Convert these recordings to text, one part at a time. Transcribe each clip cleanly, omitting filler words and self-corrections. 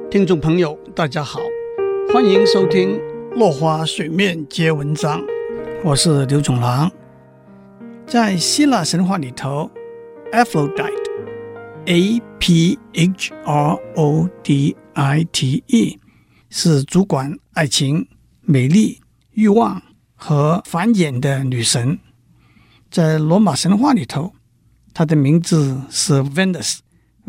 听众朋友大家好，欢迎收听落花水面皆文章，我是刘总郎。在希腊神话里头， Aphrodite A-P-H-R-O-D-I-T-E 是主管爱情、美丽、欲望和繁衍的女神。在罗马神话里头，她的名字是 Venus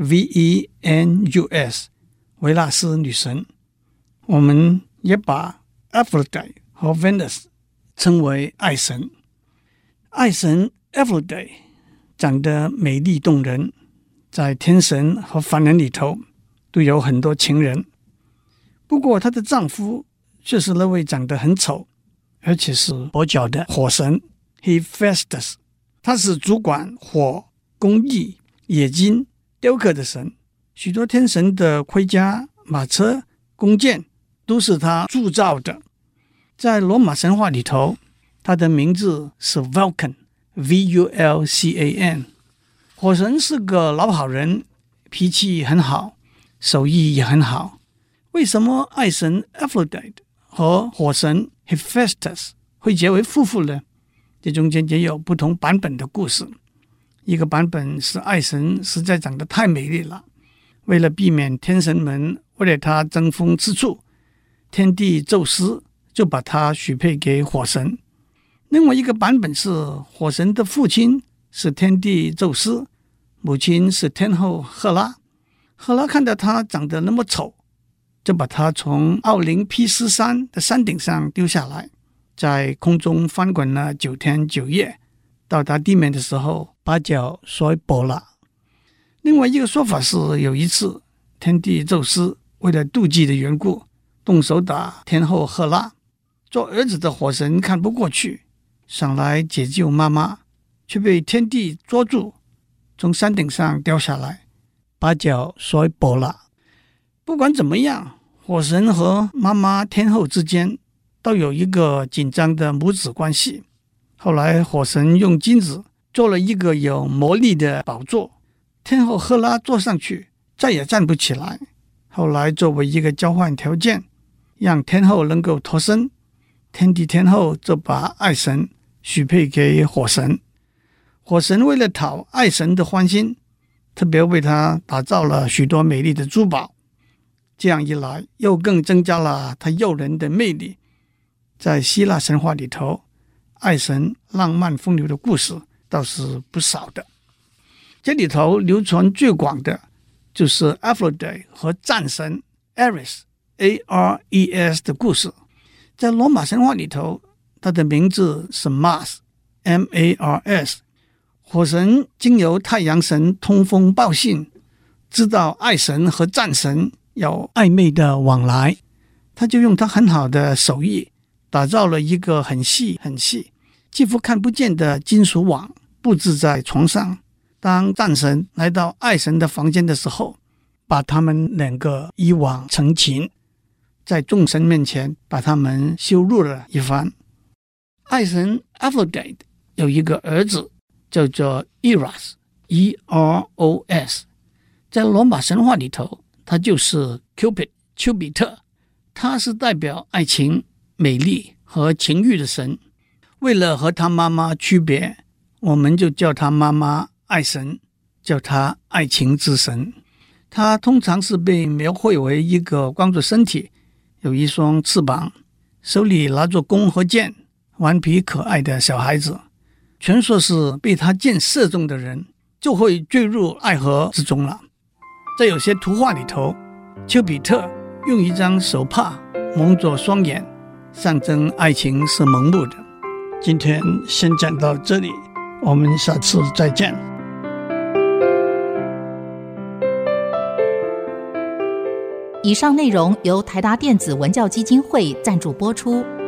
V-E-N-U-S 维纳斯女神。我们也把 Aphrodite 和 Venus 称为爱神。爱神 Aphrodite 长得美丽动人，在天神和凡人里头都有很多情人。不过她的丈夫却是那位长得很丑而且是跛脚的火神 Hephaestus。 他是主管火、工艺、冶金、雕刻的神，许多天神的盔甲、马车、弓箭都是他铸造的。在罗马神话里头，他的名字是 Vulcan V-U-L-C-A-N。 火神是个老好人，脾气很好，手艺也很好。为什么爱神 Aphrodite 和火神 Hephaestus 会结为夫妇呢？这中间也有不同版本的故事。一个版本是爱神实在长得太美丽了，为了避免天神们为了她争风吃醋，天帝宙斯就把她许配给火神。另外一个版本是火神的父亲是天帝宙斯，母亲是天后赫拉。赫拉看到他长得那么丑，就把他从奥林匹斯山的山顶上丢下来，在空中翻滚了9天9夜，到达地面的时候把脚摔跛了。另外一个说法是，有一次天帝宙斯为了妒忌的缘故动手打天后赫拉，做儿子的火神看不过去，上来解救妈妈，却被天帝捉住，从山顶上掉下来，把脚摔跛了。不管怎么样，火神和妈妈天后之间都有一个紧张的母子关系。后来火神用金子做了一个有魔力的宝座，天后赫拉坐上去再也站不起来。后来作为一个交换条件，让天后能够脱身，天帝天后就把爱神许配给火神。火神为了讨爱神的欢心，特别为他打造了许多美丽的珠宝，这样一来又更增加了他诱人的魅力。在希腊神话里头，爱神浪漫风流的故事倒是不少的。这里头流传最广的就是 Aphrodite 和战神 Ares A-R-E-S 的故事。在罗马神话里头，他的名字是 Mars M-A-R-S。 火神经由太阳神通风报信，知道爱神和战神有暧昧的往来，他就用他很好的手艺打造了一个很细很细几乎看不见的金属网，布置在床上。当战神来到爱神的房间的时候，把他们两个一网成擒，在众神面前把他们羞辱了一番。爱神 Aphrodite 有一个儿子叫做 Eros E-R-O-S。 在罗马神话里头，他就是 Cupid 丘比特，他是代表爱情、美丽和情欲的神。为了和他妈妈区别，我们就叫他妈妈爱神，叫他爱情之神。他通常是被描绘为一个光着身体，有一双翅膀，手里拿着弓和箭，顽皮可爱的小孩子。全说是被他箭射中的人就会坠入爱河之中了。在有些图画里头，丘比特用一张手帕蒙着双眼，象征爱情是盲目的。今天先讲到这里，我们下次再见。 以上内容由台达电子文教基金会赞助播出。